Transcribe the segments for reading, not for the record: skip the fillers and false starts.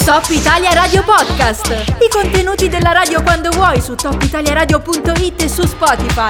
Top Italia Radio Podcast. I contenuti della radio quando vuoi su topitaliaradio.it e su Spotify.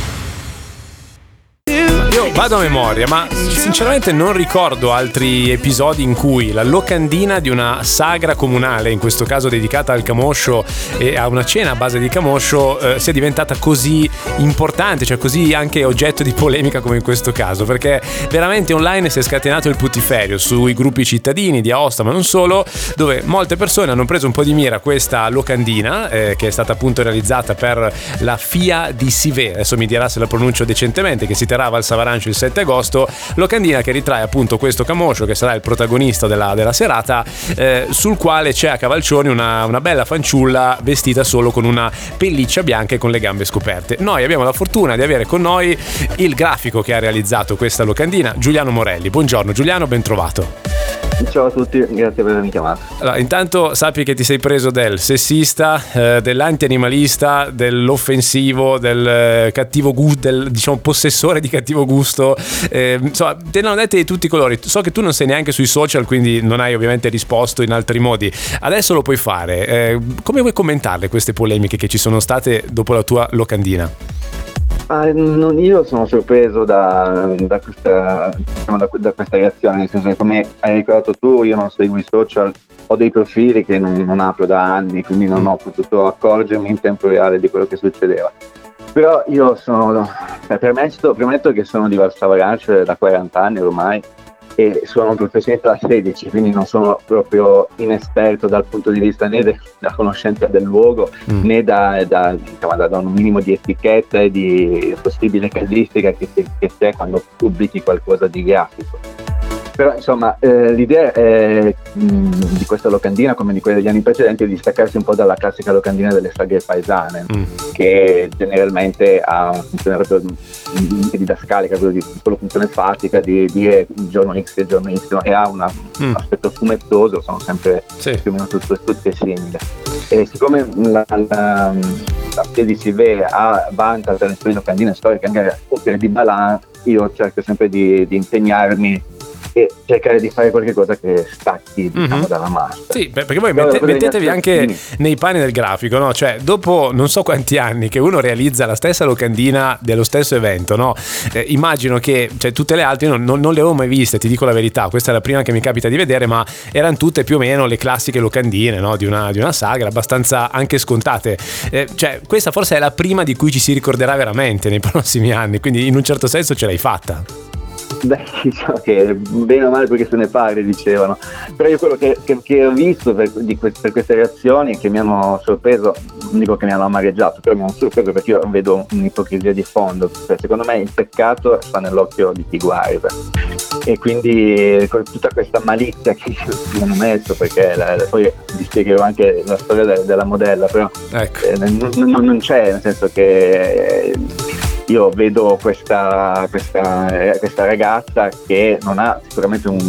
Io vado a memoria, ma sinceramente non ricordo altri episodi in cui la locandina di una sagra comunale, in questo caso dedicata al camoscio e a una cena a base di camoscio, sia diventata così importante, cioè così anche oggetto di polemica come in questo caso, perché veramente online si è scatenato il putiferio sui gruppi cittadini di Aosta, ma non solo, dove molte persone hanno preso un po' di mira questa locandina, che è stata appunto realizzata per la FIA di Sive, adesso mi dirà se la pronuncio decentemente, che si terrà al Savarancio il 7 agosto, locandina che ritrae appunto questo camoscio che sarà il protagonista della serata, sul quale c'è a cavalcioni una bella fanciulla vestita solo con una pelliccia bianca e con le gambe scoperte. Noi abbiamo la fortuna di avere con noi il grafico che ha realizzato questa locandina, Giuliano Morelli. Buongiorno Giuliano, ben trovato. Ciao a tutti, grazie per avermi chiamato. Allora, intanto sappi che ti sei preso del sessista, dell'antianimalista, dell'offensivo, del cattivo gusto, del diciamo possessore di cattivo gusto, insomma te ne hanno dette di tutti i colori. So che tu non sei neanche sui social, quindi non hai ovviamente risposto in altri modi. Adesso lo puoi fare. Come vuoi commentarle queste polemiche che ci sono state dopo la tua locandina? Io sono sorpreso da questa reazione, nel senso che, come hai ricordato tu, io non seguo i social, ho dei profili che non apro da anni, quindi non ho potuto accorgermi in tempo reale di quello che succedeva. Però io premetto che sono di Valsavarancio da 40 anni ormai e sono un professionista da 16, quindi non sono proprio inesperto dal punto di vista né della conoscenza del luogo né da un minimo di etichetta e di possibile casistica che c'è quando pubblichi qualcosa di grafico. Però insomma l'idea di questa locandina, come di quelle degli anni precedenti, è di staccarsi un po' dalla classica locandina delle sagre paesane, che generalmente ha una funzione proprio didascalica, di solo funzione fatica, di dire il giorno X e il giorno Y, e ha un aspetto fumettoso, sono sempre più o meno tutte simili. E siccome la FIA di Sive vanta tra le sue locandine storiche anche a opere di Balan, io cerco sempre di impegnarmi e cercare di fare qualche cosa che stacchi dalla massa. Sì, perché voi mettetevi anche nei panni del grafico, no? Cioè, dopo non so quanti anni che uno realizza la stessa locandina dello stesso evento, no? Immagino che tutte le altre non le avevo mai viste, ti dico la verità, questa è la prima che mi capita di vedere, ma erano tutte più o meno le classiche locandine, no? di una sagra, abbastanza anche scontate. Questa forse è la prima di cui ci si ricorderà veramente nei prossimi anni, quindi in un certo senso ce l'hai fatta. Beh, diciamo che bene o male perché se ne parla, dicevano. Però io quello che ho visto per queste reazioni, che mi hanno sorpreso, non dico che mi hanno amareggiato, però mi hanno sorpreso perché io vedo un'ipocrisia di fondo. Secondo me il peccato sta nell'occhio di chi guarda, e quindi con tutta questa malizia che mi hanno messo, perché poi vi spiegherò anche la storia della modella, però ecco. Non c'è, nel senso che io vedo questa ragazza che non ha sicuramente un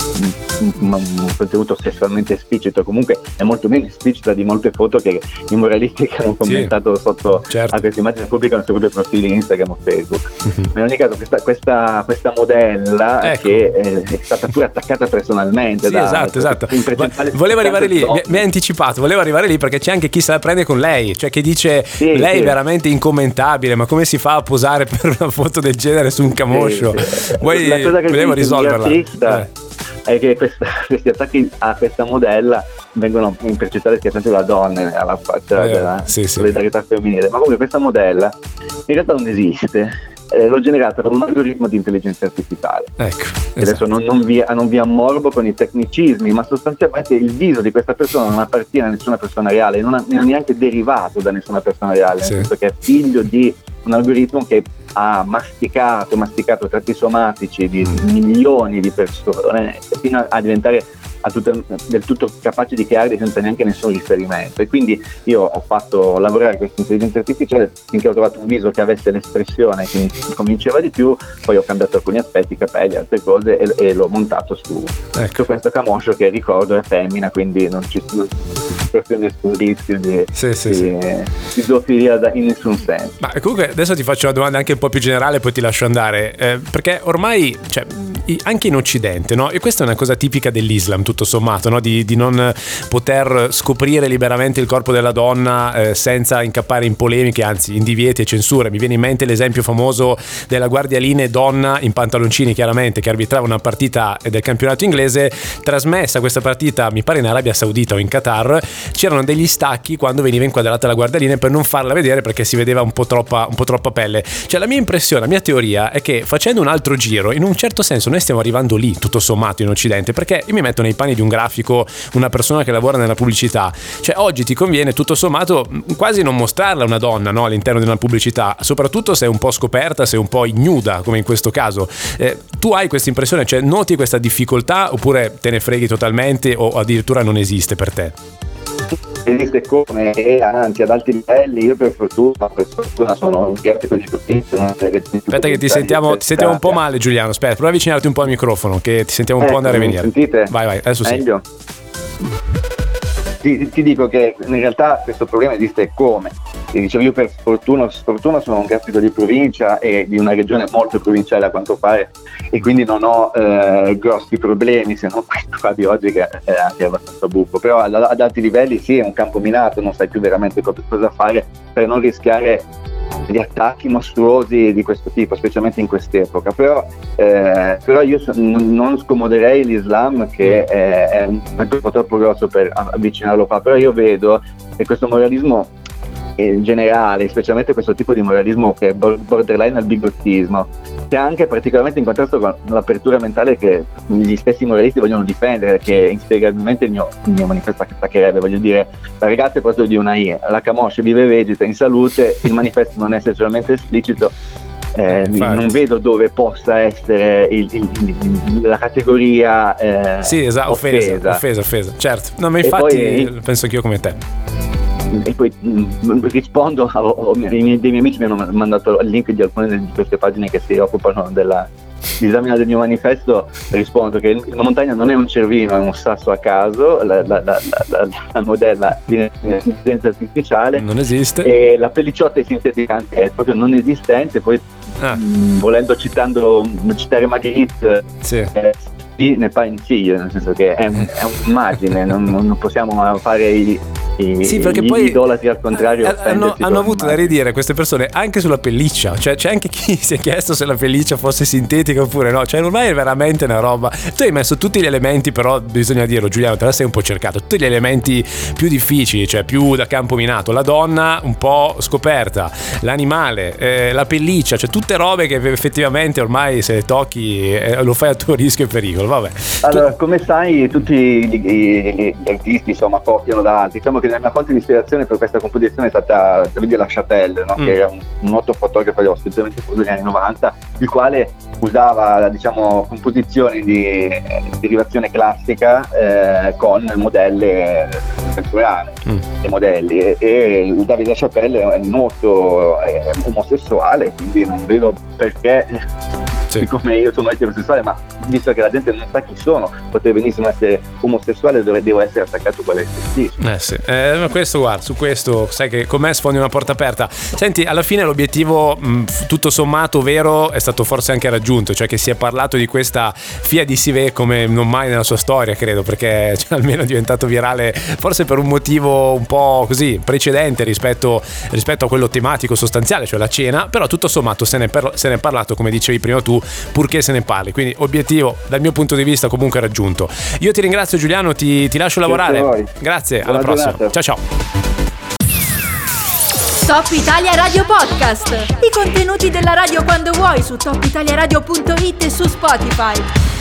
contenuto sessualmente esplicito, comunque è molto meno esplicita di molte foto che i moralisti che hanno commentato sotto a queste immagini pubblicano sui propri profili Instagram o Facebook. Ma in ogni caso questa modella che è stata pure attaccata personalmente esatto. Volevo arrivare lì, mi ha anticipato, volevo arrivare lì perché c'è anche chi se la prende con lei, cioè che dice lei è veramente incommentabile, ma come si fa a posare per una foto del genere su un camoscio? Volevo risolverla. È che questi attacchi a questa modella vengono intercettati schiacciati da donne alla faccia della solidarietà femminile, ma comunque questa modella in realtà non esiste. L'ho generata con un algoritmo di intelligenza artificiale. Adesso non vi ammorbo con i tecnicismi, ma sostanzialmente il viso di questa persona non appartiene a nessuna persona reale, non è neanche derivato da nessuna persona reale, nel senso che è figlio di un algoritmo che ha masticato tratti somatici di milioni di persone fino a diventare del tutto capace di crearli senza neanche nessun riferimento. E quindi io ho fatto lavorare questa intelligenza artificiale finché ho trovato un viso che avesse l'espressione che mi convinceva di più, poi ho cambiato alcuni aspetti, capelli, altre cose, e l'ho montato su questo camoscio che, ricordo, è femmina, quindi non ci sono proprio nessun rischio di zoofilia in nessun senso. Ma comunque adesso ti faccio una domanda anche un po' più generale, poi ti lascio andare, perché ormai anche in Occidente, no? E questa è una cosa tipica dell'Islam, tutto sommato, no? Di non poter scoprire liberamente il corpo della donna senza incappare in polemiche, anzi in divieti e censure. Mi viene in mente l'esempio famoso della guardialine donna in pantaloncini, chiaramente, che arbitrava una partita del campionato inglese, trasmessa questa partita, mi pare in Arabia Saudita o in Qatar. C'erano degli stacchi quando veniva inquadrata la guardialine per non farla vedere, perché si vedeva un po' troppa pelle. Cioè, la mia impressione, la mia teoria è che facendo un altro giro, in un certo senso noi stiamo arrivando lì, tutto sommato, in Occidente, perché io mi metto nei panni di un grafico, una persona che lavora nella pubblicità. Cioè, oggi ti conviene tutto sommato quasi non mostrarla una donna, no, all'interno di una pubblicità, soprattutto se è un po' scoperta, se è un po' ignuda, come in questo caso. Tu hai questa impressione, cioè noti questa difficoltà, oppure te ne freghi totalmente o addirittura non esiste per te? Esiste come, e anzi ad alti livelli. Io per fortuna sono un grafico di profitto. Aspetta che ti sentiamo un po' male, Giuliano. Aspetta, prova a avvicinarti un po' al microfono, che ti sentiamo un po' andare e venire. Sentite? Vai, adesso meglio? Sì. Ti dico che in realtà questo problema esiste come. Dicevo, io per fortuna sono un grafico di provincia e di una regione molto provinciale a quanto pare, e quindi non ho grossi problemi, se non questo qua di oggi che è anche abbastanza buffo. Però ad alti livelli sì, è un campo minato, non sai più veramente cosa fare per non rischiare gli attacchi mostruosi di questo tipo, specialmente in quest'epoca. Però io non scomoderei l'Islam, che è un po' troppo grosso per avvicinarlo qua. Però io vedo che questo moralismo in generale, specialmente questo tipo di moralismo che è borderline al bigottismo, c'è anche particolarmente in contrasto con l'apertura mentale che gli stessi moralisti vogliono difendere, che inspiegabilmente il mio manifesto attaccherebbe. Voglio dire, la ragazza è proprio di una I, la Camoscia vive e vegeta in salute, il manifesto non è sessualmente esplicito. Non vedo dove possa essere la categoria sì, esatto, offesa, certo. No, ma infatti penso anch'io come te. E poi rispondo dei miei amici mi hanno mandato il link di alcune di queste pagine che si occupano della disamina del mio manifesto. Rispondo che la montagna non è un cervino, è un sasso a caso, la modella di intelligenza artificiale non esiste, e la pellicciotta è sintetica, è proprio non esistente. Poi volendo citare Magritte, sì. Ne fa in figlio, nel senso che è un'immagine, non possiamo fare sì, perché poi idolatri al contrario hanno avuto da ridire queste persone anche sulla pelliccia. Cioè c'è anche chi si è chiesto se la pelliccia fosse sintetica oppure no. Cioè ormai è veramente una roba. Tu hai messo tutti gli elementi, però bisogna dirlo, Giuliano, te la sei un po' cercato, tutti gli elementi più difficili, cioè più da campo minato. La donna un po' scoperta, l'animale, la pelliccia, cioè tutte robe che effettivamente ormai se le tocchi lo fai a tuo rischio e pericolo. Vabbè. Allora, come sai, tutti gli artisti insomma copiano da altri. Diciamo che la mia fonte di ispirazione per questa composizione è stata David Lachapelle, no? Che era un noto fotografo specialmente degli anni 90, il quale usava, diciamo, composizioni di derivazione classica con modelle contemporanee e modelli, e David Lachapelle è noto omosessuale, quindi non vedo perché siccome io sono eterosessuale, ma visto che la gente non sa chi sono, potrei benissimo essere omosessuale dove devo essere attaccato quale stesso. Sì. Ma questo, guarda, su questo sai che con me sfondi una porta aperta. Senti, alla fine l'obiettivo tutto sommato vero è stato forse anche raggiunto, cioè che si è parlato di questa FIA di Sivé come non mai nella sua storia, credo, perché almeno è diventato virale forse per un motivo un po' così precedente rispetto a quello tematico sostanziale, cioè la cena. Però tutto sommato se ne è parlato, come dicevi prima tu, purché se ne parli, quindi obiettivo dal mio punto di vista comunque raggiunto. Io ti ringrazio, Giuliano, ti lascio lavorare. Grazie, alla prossima. Ciao. Top Italia Radio Podcast. I contenuti della radio quando vuoi su topitaliaradio.it e su Spotify.